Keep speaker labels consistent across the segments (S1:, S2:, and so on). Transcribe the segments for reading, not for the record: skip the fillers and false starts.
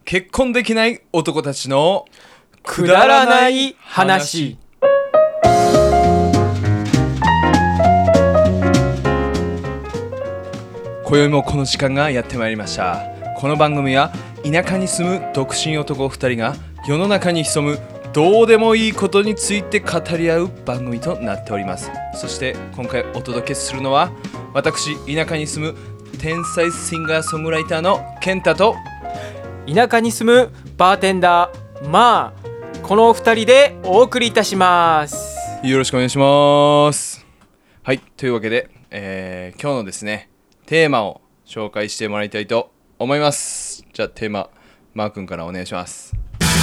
S1: 結婚できない男たちの
S2: くだらない話。
S1: 今宵もこの時間がやってまいりました。この番組は田舎に住む独身男2人が世の中に潜むどうでもいいことについて語り合う番組となっております。そして今回お届けするのは私田舎に住む天才シンガーソングライターの健太と
S2: 田舎に住むバーテンダーこの2人でお送りいたします。
S1: よろしくお願いします。はい、というわけで、今日のですねテーマを紹介してもらいたいと思います。じゃあテーママー君からお願いします。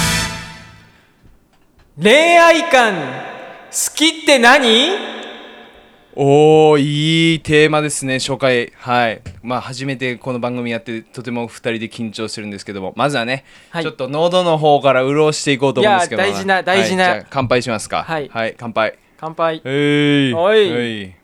S2: 恋愛観好きって何？
S1: おー、いいテーマですね。初回、はい、初めてこの番組やってとても2人で緊張してるんですけども、まずはね、はい、ちょっと喉の方から潤していこうと思うんですけど、
S2: いや大事な、
S1: はい、じゃあ乾杯しますか。
S2: はい、
S1: はい、乾杯。
S2: 乾杯。
S1: おい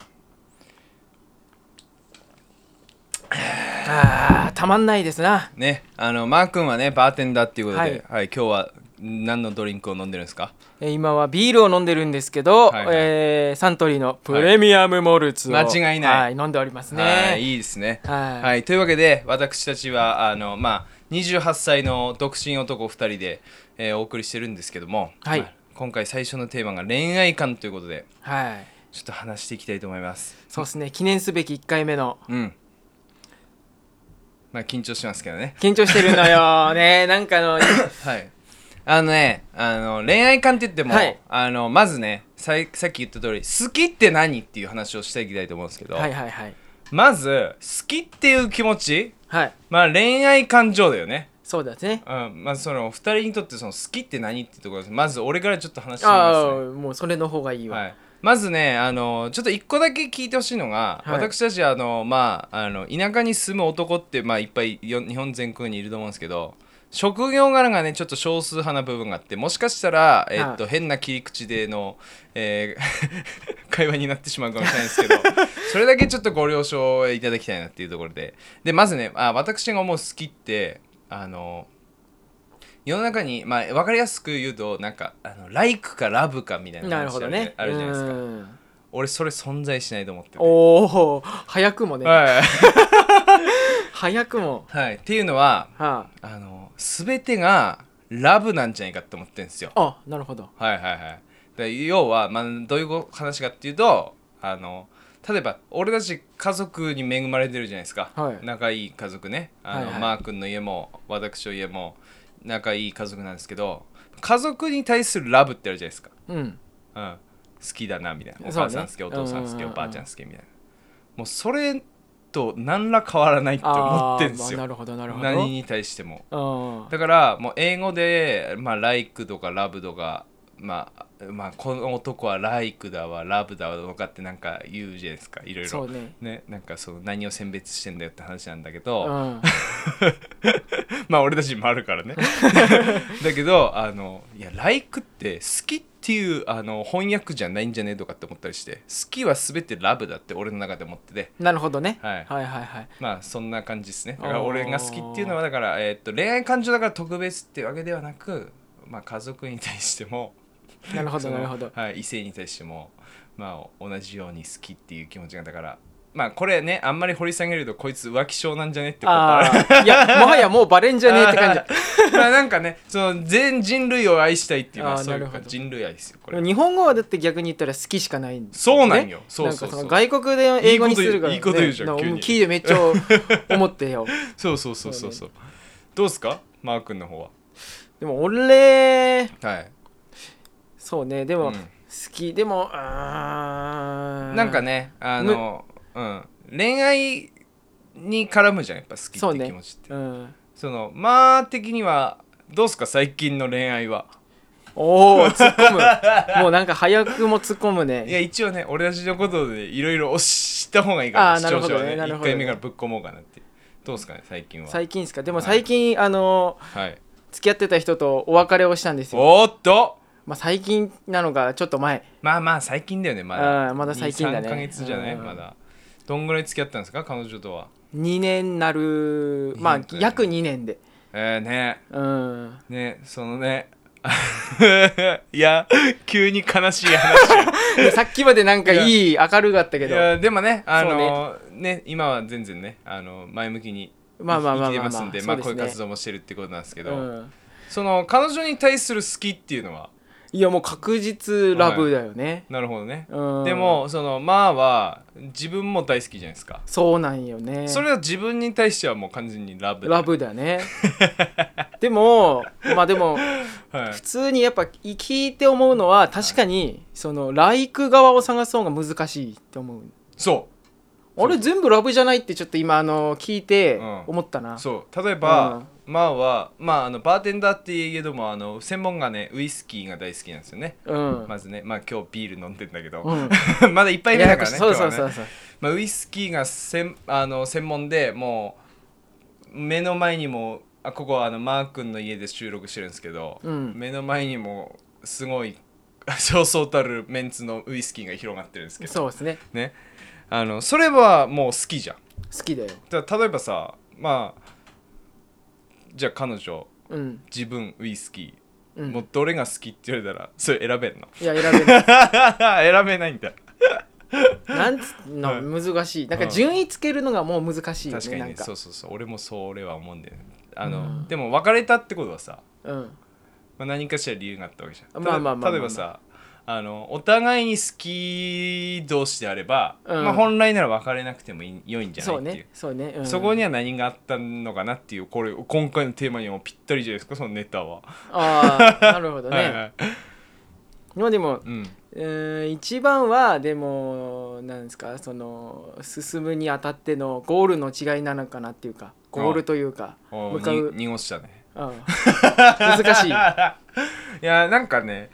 S2: たまんないですな
S1: ね。マー君はねバーテンダーっていうことで、はい、今日は何のドリンクを飲んでるんですか？
S2: 今はビールを飲んでるんですけど、サントリーのプレミアムモルツを、
S1: 間違いない、
S2: 飲んでおりますね。
S1: はい、いいですね。はい、というわけで私たちは28歳の独身男2人で、お送りしてるんですけども、はい、今回最初のテーマが恋愛観ということで、はい、ちょっと話していきたいと思います。
S2: そうですね、記念すべき1回目の、
S1: 緊張しますけどね。
S2: 緊張してるのよね。なんかはい
S1: 恋愛観って言っても、はい、まずねさっき言った通り好きって何っていう話をしていきたいと思うんですけど、まず好きっていう気持ち、はい、恋愛感情だよね。
S2: そうだね。
S1: その2人にとってその好きって何ってところです。まず俺からちょっと話してみますね。
S2: もうそれの方がいいわ。はい、
S1: まずねちょっと一個だけ聞いてほしいのが、はい、私たち田舎に住む男っていっぱい日本全国にいると思うんですけど、職業柄がねちょっと少数派な部分があって、もしかしたら、変な切り口での、会話になってしまうかもしれないですけどそれだけちょっとご了承いただきたいなっていうところで、まずね私が思う好きって世の中に、分かりやすく言うとなんかライクかラブかみたいな話あるじゃないですか。俺それ存在しないと思ってて。
S2: おお、早くもね、はい、早くも、
S1: はい、っていうのは、全てがラブなんじゃないかって思ってるんですよ。
S2: あ、なるほど。
S1: はいはいはい。で要は、どういう話かっていうと例えば俺たち家族に恵まれてるじゃないですか、はい、仲いい家族ね。マー君の家も私の家も仲いい家族なんですけど、家族に対するラブってあるじゃないですか。好きだなみたいな、お母さん好き、お父さん好き、おばあちゃん好きみたいな、もうそれと何ら変わらないって思ってるんですよ。
S2: なるほどなるほど。
S1: 何に対しても。だからもう英語でlike とかラブとかこの男はライクだわラブだわとかってなんか言うじゃないですか、いろいろ。そうね。なんかその何を選別してんだよって話なんだけど、俺たちもあるからねだけどいやライクって好きっていう翻訳じゃないんじゃねえとかって思ったりして、好きは全てラブだって俺の中で思ってて。
S2: なるほどね。
S1: はいはいはい。そんな感じですね。だから俺が好きっていうのはだから、恋愛感情だから特別ってわけではなく、家族に対しても
S2: なるほどなるほど、
S1: はい、異性に対しても同じように好きっていう気持ちが、だからこれねあんまり掘り下げるとこいつ浮気症なんじゃねってこと
S2: いやもはやもうバレんじゃねえって感じ
S1: なんかね、その全人類を愛したいっていう、そういう人類愛ですよこれ。
S2: 日本語はだって逆に言ったら好きしかないんです、
S1: ね、そうなんよ。そう
S2: 外国で英語にするから、ね、
S1: いいこと言うじゃん。
S2: 聞いてめっちゃ思ってよ
S1: そう、どうすかマー君の方は。
S2: でも俺、
S1: はい、
S2: そうね、でも、好きでも
S1: なんかね恋愛に絡むじゃんやっぱ好きっていう気持ちって。その的にはどうすか最近の恋愛は。
S2: おお、突っ込むもうなんか早くも突っ込むね。
S1: いや一応ね俺たちのことでいろいろ知った方がいいから、視聴者はね1回目からぶっ込もうかなって。どうすかね最近は。
S2: 最近ですか。でも最近、付き合ってた人とお別れをしたんですよ。
S1: おーっと、
S2: 最近なのがちょっと前。
S1: 最近だよね。ま
S2: だ最近だね。
S1: 2、3ヶ月じゃない、まだ。どんぐらい付き合ったんですか彼女とは。
S2: 2年なる、約2年で。
S1: ね、
S2: うん、
S1: ね、そのねいや急に悲しい話
S2: さっきまでなんかいい明るかったけど、
S1: いやでもねね今は全然ね前向きに生きてますんで、まあこういう活動もしてるってことなんですけど、その彼女に対する好きっていうのはい
S2: やもう確実ラブだよね、はい、
S1: なるほどね、でもそのまあは自分も大好きじゃないですか。
S2: そうなんよね。
S1: それは自分に対してはもう完全にラブ
S2: だねでもまあでも、はい、普通にやっぱ聞いて思うのは確かにそのライク側を探す方が難しいって思う。
S1: そう
S2: あれ全部ラブじゃないってちょっと今聞いて思ったな、
S1: そう例えば、まあは、まあ、バーテンダーって言えども専門がねウイスキーが大好きなんですよね、まずね、まあ今日ビール飲んでんだけど、まだ一杯目だからね、そう、まあ、ウイスキーが専門でもう目の前にもここはマー君の家で収録してるんですけど、目の前にもすごいそうそうたるメンツのウイスキーが広がってるんですけど、
S2: そうですね。
S1: それはもう好きじゃん。
S2: 好きだよ。
S1: 例えばさ、まあじゃあ彼女、自分ウイスキー、もうどれが好きって言われたらそれ選べんの？
S2: いや選べない
S1: 選べないんだ
S2: なんつの難しい。なんか順位つけるのがもう難しいよね。
S1: 確かにね、そう俺もそれは思うんだよね。でも別れたってことはさ、まあ、何かしら理由があったわけじゃん。例えばさ、お互いに好き同士であれば、まあ、本来なら別れなくても良いんじゃないっていう、そこには何があったのかなっていう、これ今回のテーマにもぴったりじゃないですか、そのネタは。
S2: ああなるほどねはい、はい、でも、一番はでもなんですか、その進むにあたってのゴールの違いなのかなっていうか、ゴールというか
S1: 向かう濁したね。
S2: 難しい。い
S1: やなんかね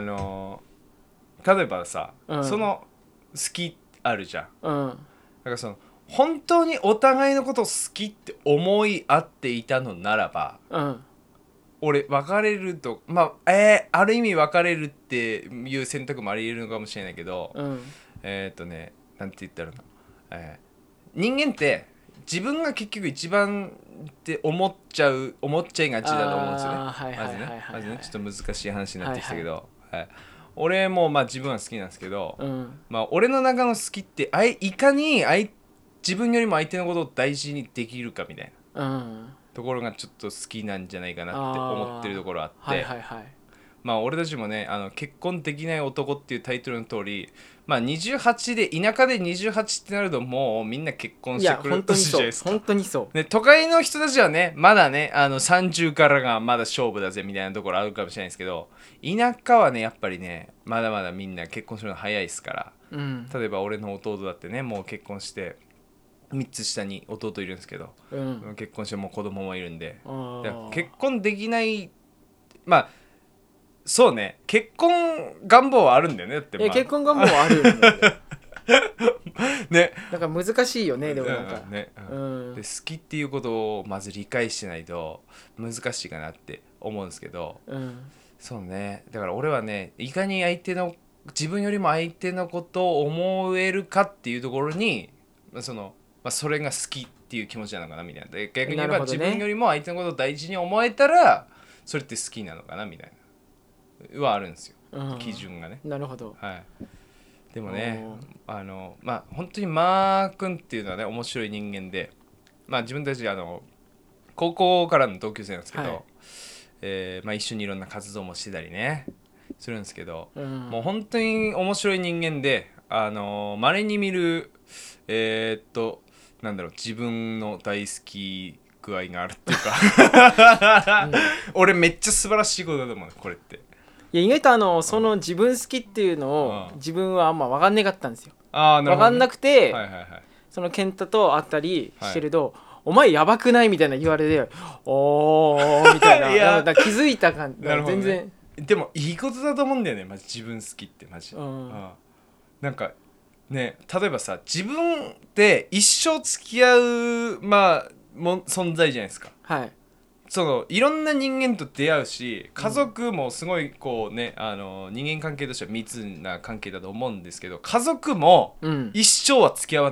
S1: 例えばさ、その好きあるじゃん、だからその本当にお互いのことを好きって思い合っていたのならば、俺別れるとまあある意味別れるっていう選択もあり得るのかもしれないけど、なんて言ったら人間って自分が結局一番って思っちゃいがちだと思うんですよね。まずねちょっと難しい話になってきたけど、俺もまあ自分は好きなんですけど、まあ俺の中の好きっていかに自分よりも相手のことを大事にできるかみたいな、ところがちょっと好きなんじゃないかなって思ってるところあって、まあ俺たちもね結婚できない男っていうタイトルの通り、まあ28で田舎で28ってなるともうみんな結婚してくる年じゃないですか。
S2: 本当にそう、
S1: ね、都会の人たちはねまだね30からがまだ勝負だぜみたいなところあるかもしれないですけど、田舎はねやっぱりねまだまだみんな結婚するの早いですから、例えば俺の弟だってねもう結婚して3つ下に弟いるんですけど、結婚してもう子供もいるんで、結婚できないまあそうね結婚願望はあるんだよね。だって、
S2: 結婚願望はあるよね
S1: ね、
S2: だから難しいよね。でもなんか、
S1: で好きっていうことをまず理解してないと難しいかなって思うんですけど、そうね、だから俺はねいかに自分よりも相手のことを思えるかっていうところにそれが好きっていう気持ちなのかなみたいな。で逆に言えば、自分よりも相手のことを大事に思えたらそれって好きなのかなみたいなはあるんですよ、基準がね。
S2: なるほど。
S1: でもねまあ本当にマー君っていうのはね面白い人間で、まあ自分たち高校からの同級生なんですけど、まあ、一緒にいろんな活動もしてたりねするんですけど、もう本当に面白い人間で稀に見るなんだろう、自分の大好き具合があるっていうか俺めっちゃ素晴らしいことだと思うこれって。
S2: いや意外とその自分好きっていうのを自分はあんま分かんなかったんですよ。分かんなくて、その健太と会ったりしてると、お前やばくないみたいな言われて、おーみたいな、なんか気づいた感じ、全然。
S1: でもいいことだと思うんだよね、マジ自分好きってマジ。なんかね、例えばさ自分って一生付き合う存在じゃないですか。いろんな人間と出会うし、家族もすごいこうね人間関係としては密な関係だと思うんですけど、家族も一生は付き合わないの、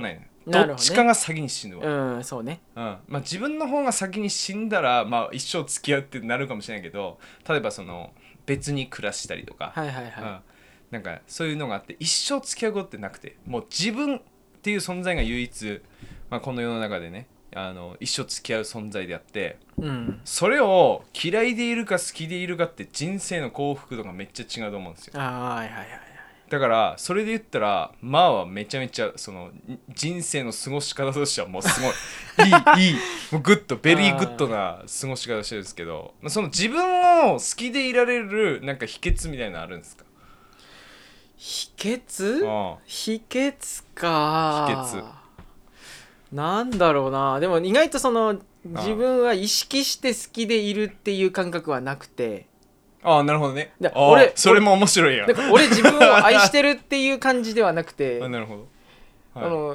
S1: どっちかが先に死ぬ
S2: わ。そうね。
S1: まあ、自分の方が先に死んだら、まあ、一生付き合うってなるかもしれないけど、例えばその別に暮らしたりとか、なんかそういうのがあって一生付き合うことってなくて、もう自分っていう存在が唯一、まあ、この世の中でね一生付き合う存在であって、それを嫌いでいるか好きでいるかって人生の幸福度がめっちゃ違うと思うんですよ。だからそれで言ったらまあはめちゃめちゃその人生の過ごし方としてはもうすごいいいもうグッドベリーグッドな過ごし方してるんですけど、その自分を好きでいられるなんか秘訣みたいなのあるんですか？
S2: 秘訣？秘訣か。秘訣なんだろうな。でも意外とその自分は意識して好きでいるっていう感覚はなくて。
S1: ああ、なるほどね。それも面白いやん。
S2: 俺自分を愛してるっていう感じではなくて
S1: なるほど、
S2: はい、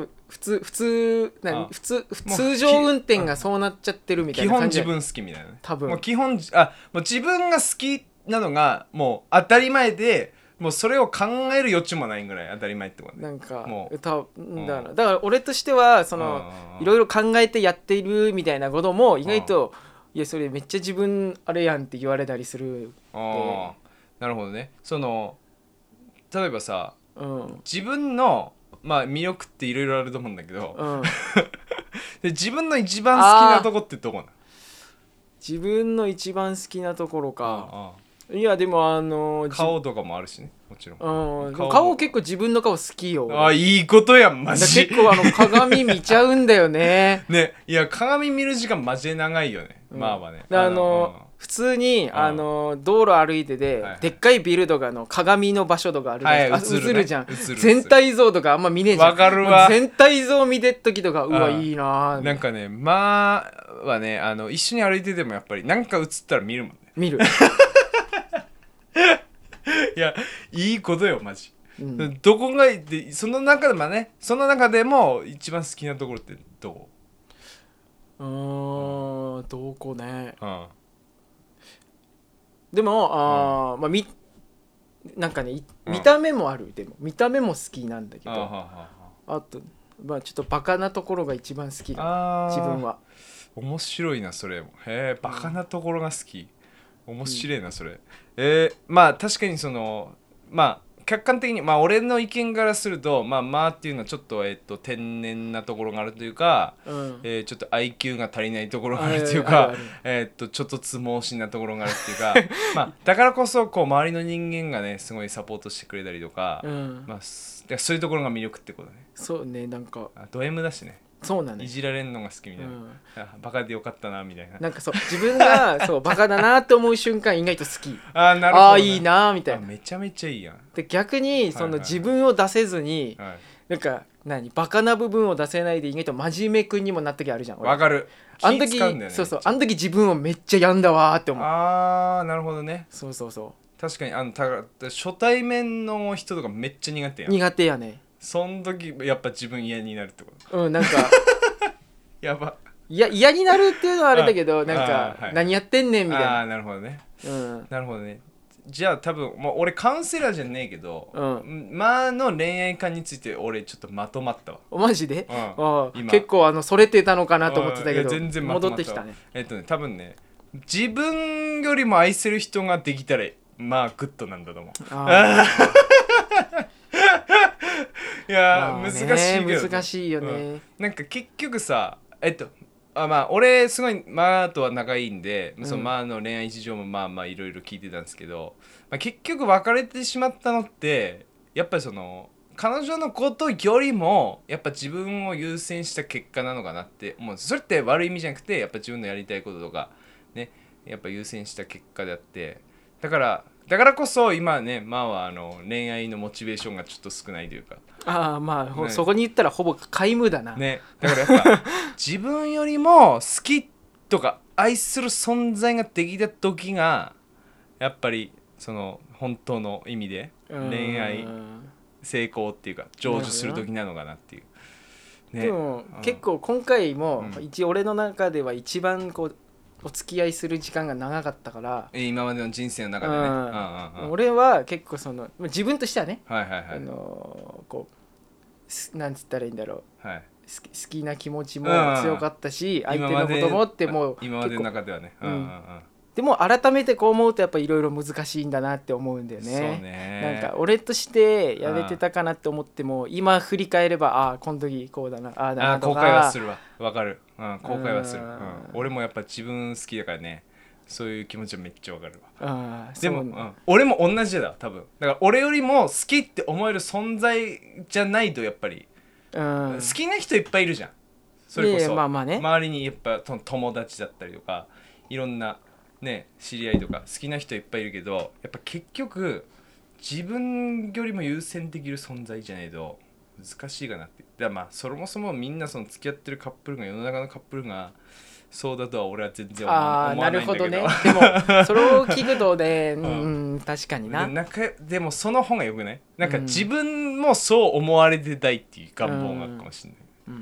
S2: 通常運転がそうなっちゃってるみたいな感じ。
S1: 基本自分好きみたいなね。
S2: 多分
S1: もう自分が好きなのがもう当たり前で、もうそれを考える余地もないぐらい当たり前ってことね。
S2: なんかだから俺としてはそのいろいろ考えてやっているみたいなことも意外といやそれめっちゃ自分あれやんって言われたりする。
S1: なるほどね。その例えばさ、自分のまあ魅力っていろいろあると思うんだけど、で自分の一番好きなとこってどこなの？
S2: 自分の一番好きなところか。いやでも
S1: 顔とかもあるしね、もちろん。
S2: 顔結構自分の顔好きよ。
S1: いいことやんマジ。
S2: 結構鏡見ちゃうんだよね。
S1: ね、いや鏡見る時間マジで長いよね。まあはね。
S2: 普通に道路歩いてででっかいビルとかの鏡の場所とかあるじゃん。映るじゃん。全体像とかあんま見ねえじゃん。
S1: わかるわ。
S2: 全体像見てる時とかうわいいな。
S1: なんかね、まあはね一緒に歩いててもやっぱりなんか映ったら見るもんね。
S2: 見る。
S1: いやいいことよマジ、どこがでその中でも一番好きなところってど
S2: こね、でもまあなんかね見た目もある。でも見た目も好きなんだけど、あとまあちょっとバカなところが一番好きだ自分は。
S1: 面白いなそれも。バカなところが好き。面白いなそれ。まあ確かにそのまあ客観的にまあ俺の意見からするとまあっていうのはちょっと天然なところがあるというか、ちょっと IQ が足りないところがあるというか、ちょっとつもうしなところがあるっていうかまあだからこそこう周りの人間がねすごいサポートしてくれたりとか、まあそういうところが魅力ってことね。
S2: そうね。なんか
S1: ド M だしね。
S2: そうなの、ね、
S1: いじられるのが好きみたいな、バカでよかったなみたいな。
S2: なんかそう自分がそうバカだなって思う瞬間意外と好き。
S1: なるほど、ね、
S2: いいなみたいな。
S1: めちゃめちゃいいやん。
S2: で逆にその自分を出せずに、なんかバカな部分を出せないで意外と真面目くんにもなった時あるじゃん。
S1: わかる。
S2: あの時、ね、そうあの時自分をめっちゃ病んだわって思う。
S1: なるほどね。
S2: そう
S1: 確かに初対面の人とかめっちゃ苦手やん。
S2: 苦手やね。
S1: そん時やっぱ自分嫌になるってこと？
S2: なんか
S1: やば。
S2: 嫌になるっていうのはあれだけど、なんか何やってんねんみたいな。
S1: なるほどね。なるほどね。じゃあ多分もう俺カウンセラーじゃねえけど、まあの恋愛観について俺ちょっとまとまったわ。
S2: マジで？結構それてたのかなと思ってたけど、
S1: 全然
S2: 戻ってきたね。
S1: 多分ね自分よりも愛せる人ができたらまあグッドなんだと思う。いや、難しいけど、ね、
S2: 難しいよね、
S1: なんか結局さまあ俺すごいマーとは仲いいんで、そのマーの恋愛事情もまあいろいろ聞いてたんですけど、結局別れてしまったのってやっぱりその彼女のことよりもやっぱ自分を優先した結果なのかなって思うんです。それって悪い意味じゃなくてやっぱ自分のやりたいこととかねやっぱ優先した結果であって、だからこそ今ねマーは恋愛のモチベーションがちょっと少ないというか、
S2: まあ、ね、そこに言ったらほぼ皆無だな、
S1: ね、だからやっぱ自分よりも好きとか愛する存在ができた時がやっぱりその本当の意味で恋愛成功っていうか成就する時なのかなっていう、
S2: ね、でも結構今回も俺の中では一番こうお付き合いする時間が長かったから、
S1: 今までの人生の中でね、
S2: 俺は結構その自分としてはね、
S1: こ
S2: う好なんつったらいいんだろ
S1: う、はい、
S2: 好きな気持ちも強かったし、相手のこともってもう
S1: 今までの中ではね、
S2: でも改めてこう思うとやっぱいろいろ難しいんだなって思うんだよね。
S1: そうね、
S2: なんか俺としてやれてたかなって思っても今振り返ればああこの時こうだなああだなとか
S1: 後悔はするわ、わかる、後悔はする、俺もやっぱ自分好きだからね、そういう気持ちはめっちゃわかるわ。でも、俺も同じだ多分。だから俺よりも好きって思える存在じゃないとやっぱり、好きな人いっぱいいるじゃん。それこそ、周りにやっぱ友達だったりとかいろんなね知り合いとか好きな人いっぱいいるけど、やっぱ結局自分よりも優先できる存在じゃないと難しいかなって。だからそもそもみんなその付き合ってるカップルが世の中のカップルがそうだとは俺は全然思わないんだけど。なるほどね。
S2: でもそれを聞くとね、確かにな。
S1: でもその方がよくない？なんか自分もそう思われてたいっていう願望があるかもしれ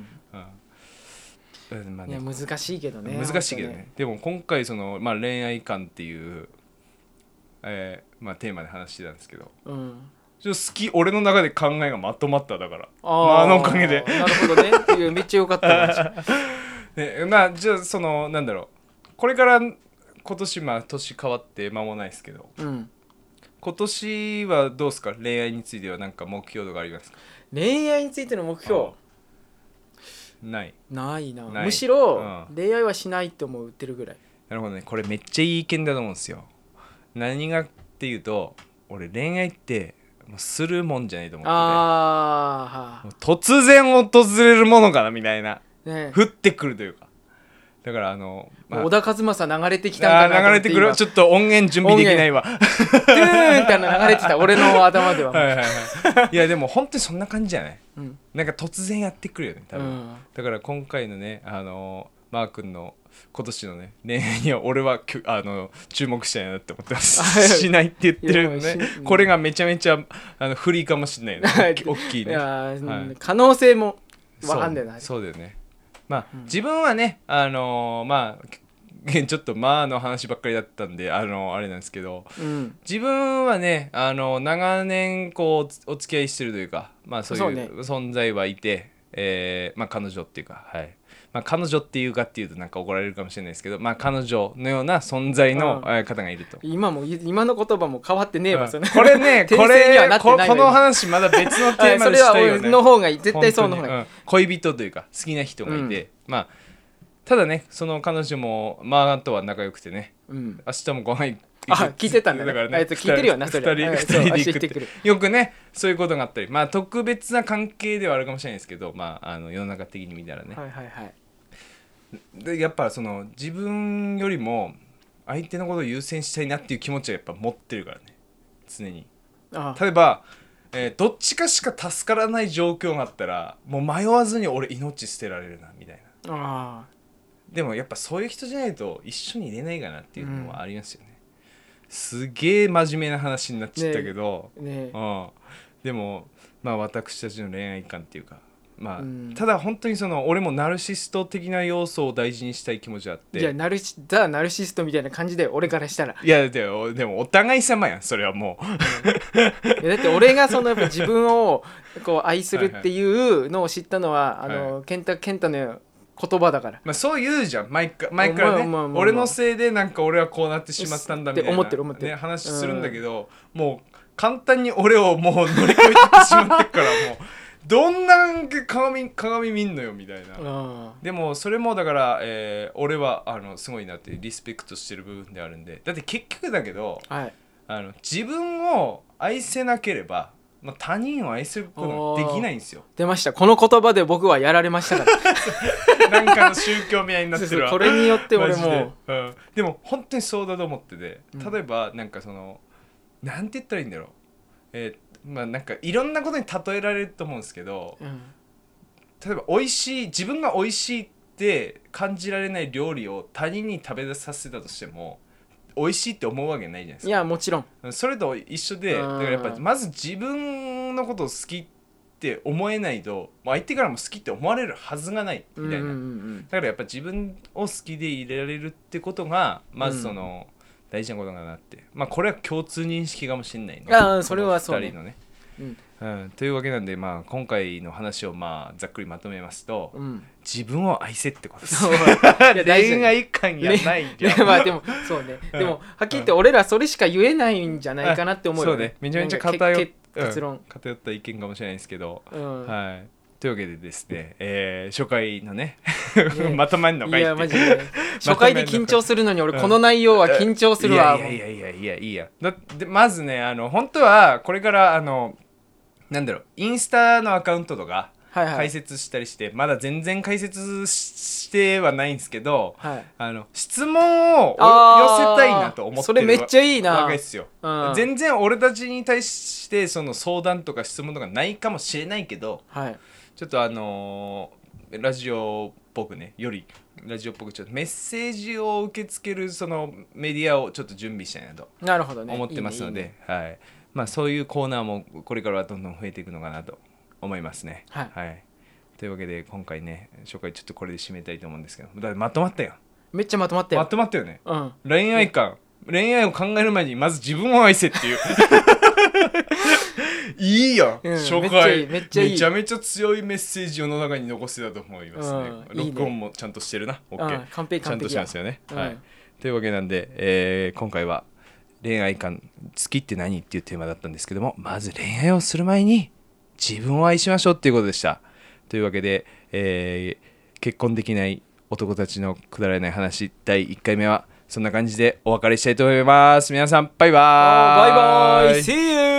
S1: ない。
S2: いや難しいけどね。
S1: 難しいけどね。でも今回その、恋愛観っていう、テーマで話してたんですけど、ちょっと好き、俺の中で考えがまとまっただから。あのおかげで。
S2: なるほどね。めっちゃよかった。
S1: ね、じゃあそのなんだろう、これから今年年変わって間もないですけど、今年はどうですか？恋愛については何か目標とかありますか？
S2: 恋愛についての目標
S1: ない
S2: な。むしろ、恋愛はしないって思ってるぐらい。
S1: なるほどね。これめっちゃいい意見だと思うんですよ。何がっていうと、俺恋愛ってするもんじゃないと思ってて、突然訪れるものかなみたいな、降ってくるというか、だから
S2: 小田和正流れてきたんかなと思って。
S1: 流れてくる。ちょっと音源準備できないわ。
S2: ドゥーンって流れてた俺の頭では。
S1: いやでも本当にそんな感じじゃない、なんか突然やってくるよね多分、だから今回のねマー君の今年のね恋愛には俺は注目したいなって思ってますしないって言ってるね。これがめちゃめちゃ不利かもしれないよね。大きいね。
S2: 可能性も分かんでない。
S1: そうだよね。自分はねちょっとの話ばっかりだったんであれなんですけど、自分はね長年こうお付き合いしてるというか、そういう存在はいて、彼女っていうか、彼女っていうかっていうとなんか怒られるかもしれないですけど、彼女のような存在の方がいると。
S2: 今の言葉も変わってねえわ、それ。
S1: これねこの話まだ別のテーマでしたいよね。
S2: それはの方がいい、絶対そうの方がいい。
S1: 恋人というか好きな人がいて、ただねその彼女もとは仲良くてね、明日もご飯
S2: 聞いてたんだね。あいつ聞いてるよな、それ。
S1: 2人で行くってよくねそういうことがあったり、特別な関係ではあるかもしれないですけど、世の中的に見たらね、でやっぱその自分よりも相手のことを優先したいなっていう気持ちはやっぱ持ってるからね、常に。例えば、どっちかしか助からない状況があったらもう迷わずに俺命捨てられるなみたいな。でもやっぱそういう人じゃないと一緒にいれないかなっていうのはありますよね。すげえ真面目な話になっちゃったけど、でも私たちの恋愛観っていうか、ただ本当に俺もナルシスト的な要素を大事にしたい気持ちがあって。
S2: いやナルシストみたいな感じで俺からしたら。
S1: いやでもお互い様やんそれはも
S2: う。だって俺がやっぱ自分をこう愛するっていうのを知ったのは健太の言葉だから。
S1: そう言うじゃん前からね、俺のせいでなんか俺はこうなってしまったんだみたいな
S2: 思ってる、ね、
S1: 話するんだけど、もう簡単に俺をもう乗り越えてしまってからもうどんな鏡見んのよみたいな。でもそれもだから、俺はすごいなってリスペクトしてる部分であるんで。だって結局だけど、自分を愛せなければ他人を愛することができないんですよ。
S2: 出ました、この言葉で僕はやられましたから
S1: なんかの宗教みたいになってるわ。
S2: これによって俺も
S1: でも本当にそうだと思ってて、例えばなんかなんて言ったらいいんだろう、なんかいろんなことに例えられると思うんですけど、例えば自分が美味しいって感じられない料理を他人に食べさせたとしても美味しいって思うわけないじゃないですか。
S2: いやもちろん
S1: それと一緒で、だからやっぱまず自分のことを好きって思えないと相手からも好きって思われるはずがないみたいな。だからやっぱ自分を好きでいられるってことがまず大事なことかなって。これは共通認識かもしれないね。
S2: それはそう、
S1: 2人のね。 というわけなんで、まあ、今回の話をまあざっくりまとめますと、自分を愛せってことです恋愛感やないんじゃん
S2: まあでもそうね、でもはっきり言って俺らそれしか言えないんじゃないかなって思うよね。
S1: そうね、めちゃめちゃ偏った意見かもしれないですけど、はい。というわけでですね、初回のねまとまんのかいって、いやマジで
S2: 初回で緊張するのに俺この内容は緊張するわ。
S1: いいやだってまずね、本当はこれからなんだろう、インスタのアカウントとか解説したりして、まだ全然解説してはないんですけど、質問を寄せたいなと思ってる
S2: それめっちゃいいな
S1: わけですよ。全然俺たちに対してその相談とか質問とかないかもしれないけど、ちょっとラジオっぽくね、よりラジオっぽくちょっとメッセージを受け付けるそのメディアをちょっと準備したいなと思ってますので、まあそういうコーナーもこれからはどんどん増えていくのかなと思いますね。というわけで今回ね、初回ちょっとこれで締めたいと思うんですけど、だまとまったよ。
S2: めっちゃまとまったよ。
S1: まとまったよね。恋愛を考える前にまず自分を愛せっていういいや、初回めちゃめちゃ強いメッセージをの中に残してたと思いますね。録音もちゃんとしてるな。 OK、
S2: 完璧
S1: ちゃんとしますよね。というわけなんで、今回は恋愛観、好きって何っていうテーマだったんですけども、まず恋愛をする前に自分を愛しましょうっていうことでした。というわけで、結婚できない男たちのくだらない話第1回目はそんな感じでお別れしたいと思います。皆さんバイバーイ。
S2: バイバイ See you